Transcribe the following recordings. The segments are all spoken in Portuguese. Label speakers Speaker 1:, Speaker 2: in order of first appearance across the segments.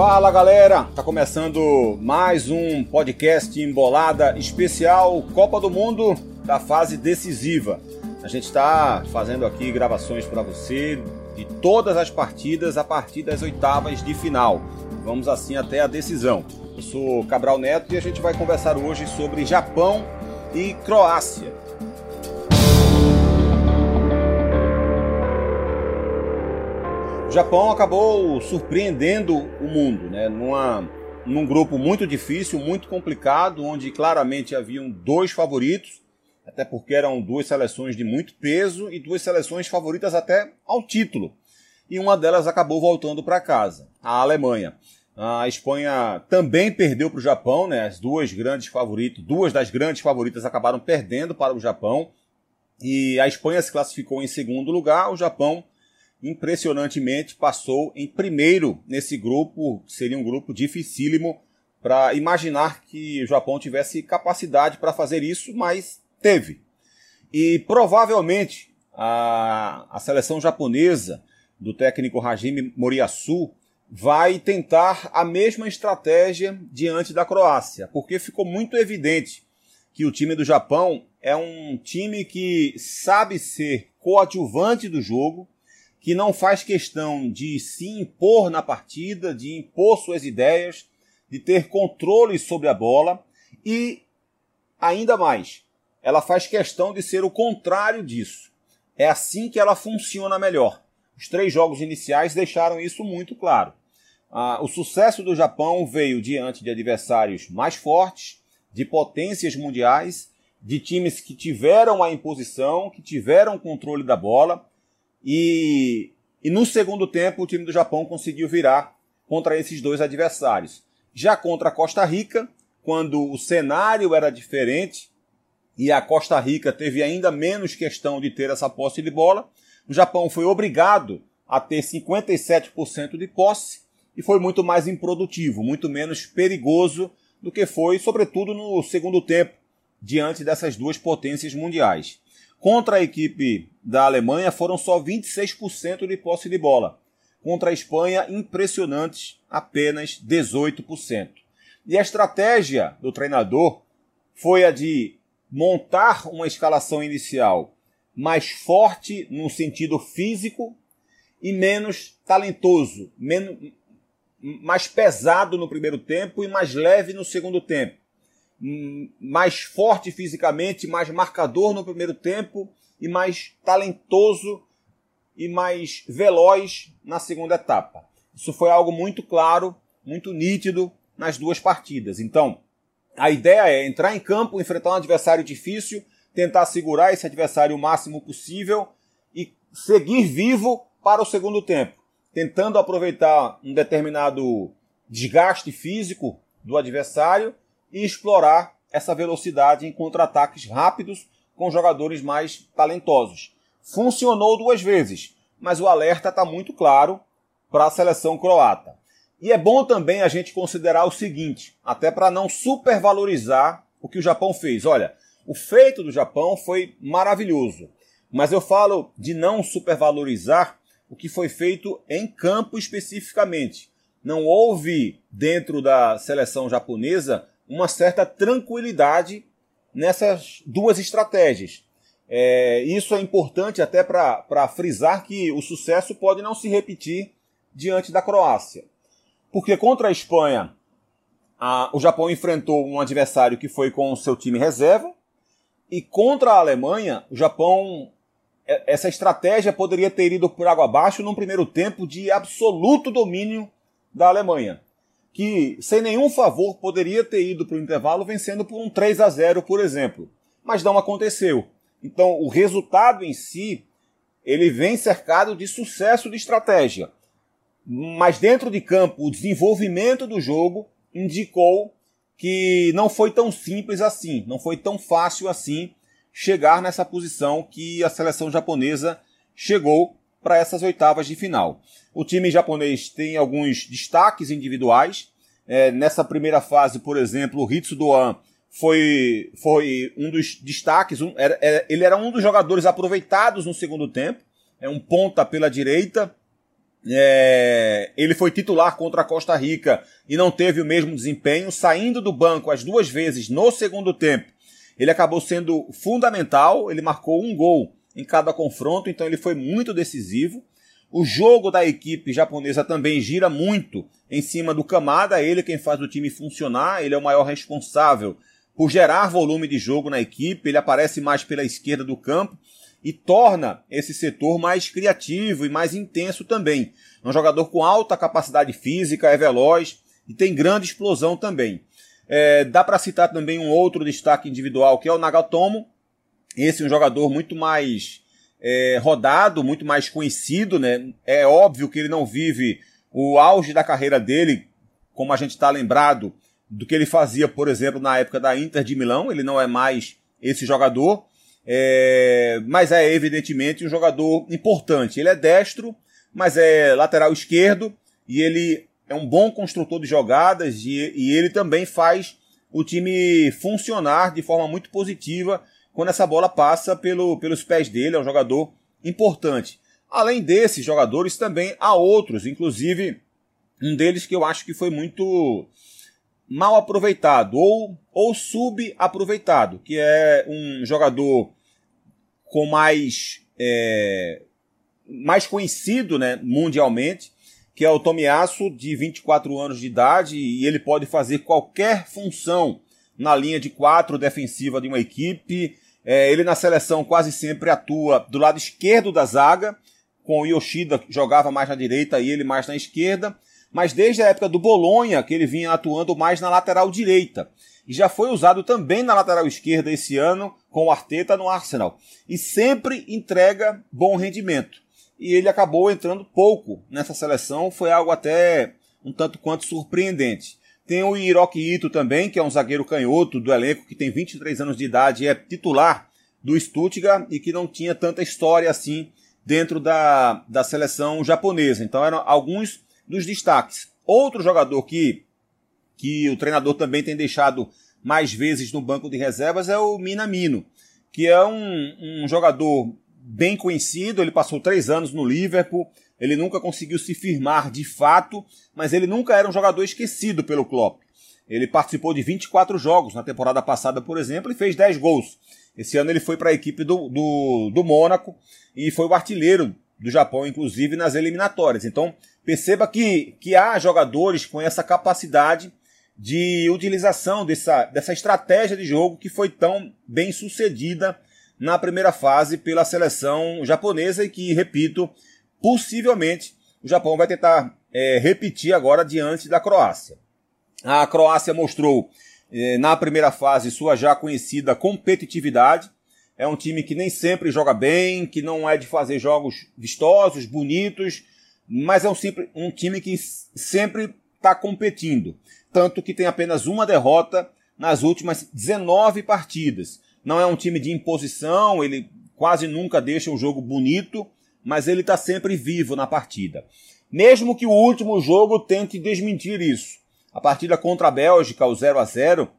Speaker 1: Fala galera, tá começando mais um podcast Embolada especial Copa do Mundo da fase decisiva. A gente está fazendo aqui gravações para você de todas as partidas a partir das oitavas de final. Vamos assim até a decisão. Eu sou Cabral Neto e a gente vai conversar hoje sobre Japão e Croácia. O Japão acabou surpreendendo o mundo, né? Num grupo muito difícil, muito complicado, onde claramente haviam dois favoritos, até porque eram duas seleções de muito peso e duas seleções favoritas até ao título. E uma delas acabou voltando para casa, a Alemanha. A Espanha também perdeu para o Japão, né? Duas das grandes favoritas acabaram perdendo para o Japão. E a Espanha se classificou em segundo lugar, o Japão impressionantemente passou em primeiro nesse grupo, que seria um grupo dificílimo para imaginar que o Japão tivesse capacidade para fazer isso, mas teve. E provavelmente a seleção japonesa do técnico Hajime Moriyasu vai tentar a mesma estratégia diante da Croácia, porque ficou muito evidente que o time do Japão é um time que sabe ser coadjuvante do jogo, que não faz questão de se impor na partida, de impor suas ideias, de ter controle sobre a bola e, ainda mais, ela faz questão de ser o contrário disso. É assim que ela funciona melhor. Os 3 jogos iniciais deixaram isso muito claro. O sucesso do Japão veio diante de adversários mais fortes, de potências mundiais, de times que tiveram a imposição, que tiveram o controle da bola. E no segundo tempo o time do Japão conseguiu virar contra esses dois adversários. Já contra a Costa Rica, quando o cenário era diferente e a Costa Rica teve ainda menos questão de ter essa posse de bola, o Japão foi obrigado a ter 57% de posse e foi muito mais improdutivo, muito menos perigoso do que foi, sobretudo no segundo tempo, diante dessas duas potências mundiais. Contra a equipe da Alemanha foram só 26% de posse de bola. Contra a Espanha, impressionantes, apenas 18%. E a estratégia do treinador foi a de montar uma escalação inicial mais forte no sentido físico e menos talentoso, mais pesado no primeiro tempo e mais leve no segundo tempo. Mais forte fisicamente, mais marcador no primeiro tempo e mais talentoso e mais veloz na segunda etapa. Isso foi algo muito claro, muito nítido nas duas partidas. Então, a ideia é entrar em campo, enfrentar um adversário difícil, tentar segurar esse adversário o máximo possível e seguir vivo para o segundo tempo, tentando aproveitar um determinado desgaste físico do adversário e explorar essa velocidade em contra-ataques rápidos com jogadores mais talentosos. Funcionou 2 vezes, mas o alerta está muito claro para a seleção croata. E é bom também a gente considerar o seguinte, até para não supervalorizar o que o Japão fez. Olha, o feito do Japão foi maravilhoso, mas eu falo de não supervalorizar o que foi feito em campo especificamente. Não houve dentro da seleção japonesa uma certa tranquilidade nessas duas estratégias. Isso é importante até para frisar que o sucesso pode não se repetir diante da Croácia. Porque contra a Espanha, o Japão enfrentou um adversário que foi com o seu time reserva, e contra a Alemanha, o Japão, essa estratégia poderia ter ido por água abaixo num primeiro tempo de absoluto domínio da Alemanha, que sem nenhum favor poderia ter ido para o intervalo vencendo por um 3-0, por exemplo. Mas não aconteceu. Então o resultado em si, ele vem cercado de sucesso de estratégia. Mas dentro de campo, o desenvolvimento do jogo indicou que não foi tão simples assim, não foi tão fácil assim chegar nessa posição que a seleção japonesa chegou para essas oitavas de final. O time japonês tem alguns destaques individuais. Nessa primeira fase, por exemplo, o Ritsu Doan foi um dos destaques. Ele era um dos jogadores aproveitados no segundo tempo. Um ponta pela direita, Ele foi titular contra a Costa Rica e não teve o mesmo desempenho, saindo do banco as 2 vezes no segundo tempo. Ele acabou sendo fundamental, ele marcou 1 gol em cada confronto, então ele foi muito decisivo. O jogo da equipe japonesa também gira muito em cima do Kamada, ele quem faz o time funcionar, ele é o maior responsável por gerar volume de jogo na equipe, ele aparece mais pela esquerda do campo e torna esse setor mais criativo e mais intenso também. É um jogador com alta capacidade física, é veloz e tem grande explosão também. Dá para citar também um outro destaque individual, que é o Nagatomo. Esse é um jogador muito mais rodado, muito mais conhecido, né? É óbvio que ele não vive o auge da carreira dele, como a gente está lembrado do que ele fazia, por exemplo, na época da Inter de Milão. Ele não é mais esse jogador, mas é evidentemente um jogador importante. Ele é destro, mas é lateral esquerdo, e ele é um bom construtor de jogadas, e ele também faz o time funcionar de forma muito positiva quando essa bola passa pelos pés dele. É um jogador importante. Além desses jogadores, também há outros, inclusive um deles que eu acho que foi muito mal aproveitado ou subaproveitado, que é um jogador com mais conhecido, né, mundialmente, que é o Tomiyasu, de 24 anos de idade, e ele pode fazer qualquer função na linha de 4 defensiva de uma equipe. Ele na seleção quase sempre atua do lado esquerdo da zaga, com o Yoshida que jogava mais na direita e ele mais na esquerda, mas desde a época do Bolonha que ele vinha atuando mais na lateral direita. E já foi usado também na lateral esquerda esse ano com o Arteta no Arsenal. E sempre entrega bom rendimento. E ele acabou entrando pouco nessa seleção, foi algo até um tanto quanto surpreendente. Tem o Hiroki Ito também, que é um zagueiro canhoto do elenco, que tem 23 anos de idade e é titular do Stuttgart e que não tinha tanta história assim dentro da seleção japonesa. Então eram alguns dos destaques. Outro jogador que o treinador também tem deixado mais vezes no banco de reservas é o Minamino, que é um jogador bem conhecido. Ele passou 3 anos no Liverpool, ele nunca conseguiu se firmar de fato, mas ele nunca era um jogador esquecido pelo Klopp. Ele participou de 24 jogos na temporada passada, por exemplo, e fez 10 gols. Esse ano ele foi para a equipe do Mônaco e foi o artilheiro do Japão, inclusive, nas eliminatórias. Então, perceba que há jogadores com essa capacidade de utilização dessa estratégia de jogo que foi tão bem sucedida na primeira fase pela seleção japonesa e que, repito, possivelmente o Japão vai tentar repetir agora diante da Croácia. A Croácia mostrou na primeira fase sua já conhecida competitividade. É um time que nem sempre joga bem, que não é de fazer jogos vistosos, bonitos, mas é um time que sempre está competindo. Tanto que tem apenas uma derrota nas últimas 19 partidas. Não é um time de imposição, ele quase nunca deixa o jogo bonito, mas ele está sempre vivo na partida. Mesmo que o último jogo tente desmentir isso. A partida contra a Bélgica, o 0-0,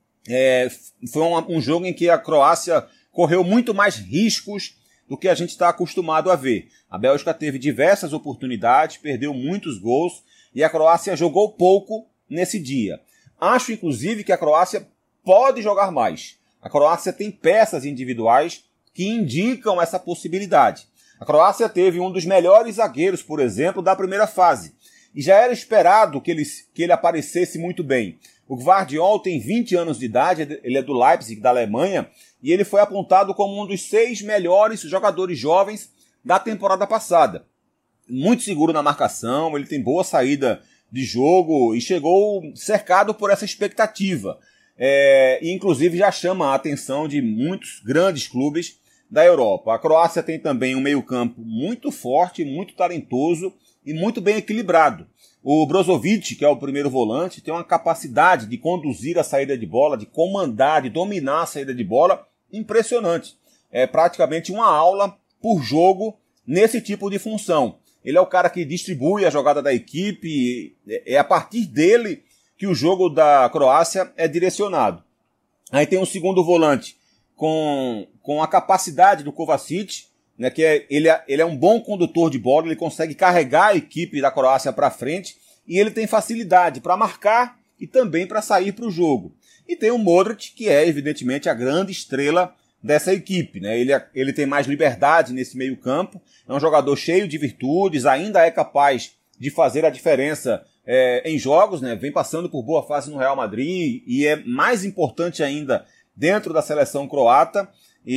Speaker 1: foi um jogo em que a Croácia correu muito mais riscos do que a gente está acostumado a ver. A Bélgica teve diversas oportunidades, perdeu muitos gols e a Croácia jogou pouco nesse dia. Acho, inclusive, que a Croácia pode jogar mais. A Croácia tem peças individuais que indicam essa possibilidade. A Croácia teve um dos melhores zagueiros, por exemplo, da primeira fase. E já era esperado que ele aparecesse muito bem. O Gvardiol tem 20 anos de idade, ele é do Leipzig, da Alemanha, e ele foi apontado como um dos 6 melhores jogadores jovens da temporada passada. Muito seguro na marcação, ele tem boa saída de jogo e chegou cercado por essa expectativa. E inclusive já chama a atenção de muitos grandes clubes da Europa. A Croácia tem também um meio-campo muito forte, muito talentoso e muito bem equilibrado. O Brozovic, que é o primeiro volante, tem uma capacidade de conduzir a saída de bola, de comandar, de dominar a saída de bola impressionante. É praticamente uma aula por jogo nesse tipo de função. Ele é o cara que distribui a jogada da equipe, é a partir dele que o jogo da Croácia é direcionado. Aí tem um segundo volante com a capacidade do Kovacic, né, ele é um bom condutor de bola, ele consegue carregar a equipe da Croácia para frente e ele tem facilidade para marcar e também para sair para o jogo. E tem o Modric, que é evidentemente a grande estrela dessa equipe, né? Ele tem mais liberdade nesse meio campo, é um jogador cheio de virtudes, ainda é capaz de fazer a diferença em jogos, né? Vem passando por boa fase no Real Madrid e é mais importante ainda dentro da seleção croata.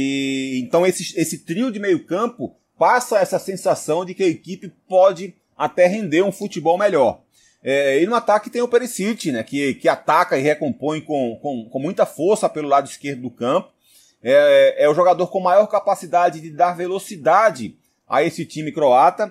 Speaker 1: E então esse trio de meio campo passa essa sensação de que a equipe pode até render um futebol melhor. E no ataque tem o Perisic, né? Que ataca e recompõe com muita força pelo lado esquerdo do campo. É o jogador com maior capacidade de dar velocidade a esse time croata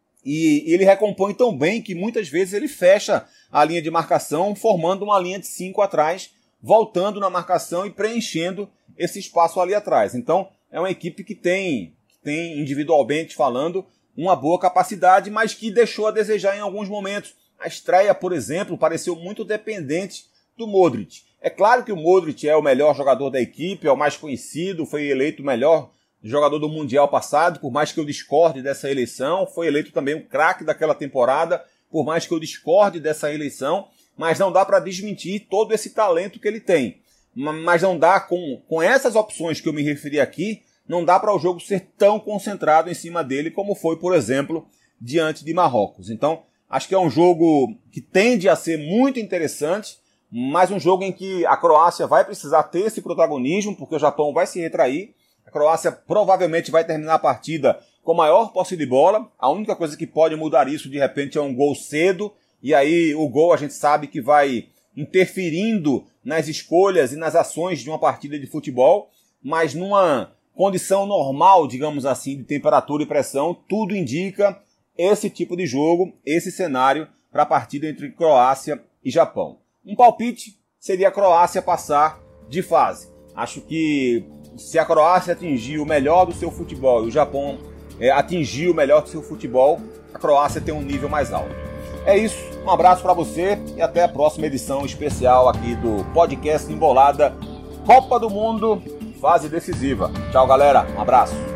Speaker 1: e ele recompõe tão bem que muitas vezes ele fecha a linha de marcação formando uma linha de 5 atrás, voltando na marcação e preenchendo esse espaço ali atrás. Então é uma equipe que tem individualmente falando uma boa capacidade, mas que deixou a desejar em alguns momentos. A estreia, por exemplo, pareceu muito dependente do Modric. É claro que o Modric é o melhor jogador da equipe, é o mais conhecido, foi eleito o melhor jogador do Mundial passado, por mais que eu discorde dessa eleição, foi eleito também o craque daquela temporada, por mais que eu discorde dessa eleição, mas não dá para desmentir todo esse talento que ele tem. Mas não dá, com essas opções que eu me referi aqui, não dá para o jogo ser tão concentrado em cima dele como foi, por exemplo, diante de Marrocos. Então, acho que é um jogo que tende a ser muito interessante, mas um jogo em que a Croácia vai precisar ter esse protagonismo, porque o Japão vai se retrair. A Croácia provavelmente vai terminar a partida com maior posse de bola. A única coisa que pode mudar isso, de repente, é um gol cedo. E aí o gol a gente sabe que vai interferindo nas escolhas e nas ações de uma partida de futebol. Mas numa condição normal, digamos assim, de temperatura e pressão, tudo indica esse tipo de jogo, esse cenário para a partida entre Croácia e Japão. Um palpite seria a Croácia passar de fase. Acho que se a Croácia atingir o melhor do seu futebol e o Japão atingir o melhor do seu futebol, a Croácia tem um nível mais alto. É isso, um abraço para você e até a próxima edição especial aqui do Podcast Embolada Copa do Mundo, fase decisiva. Tchau, galera, um abraço.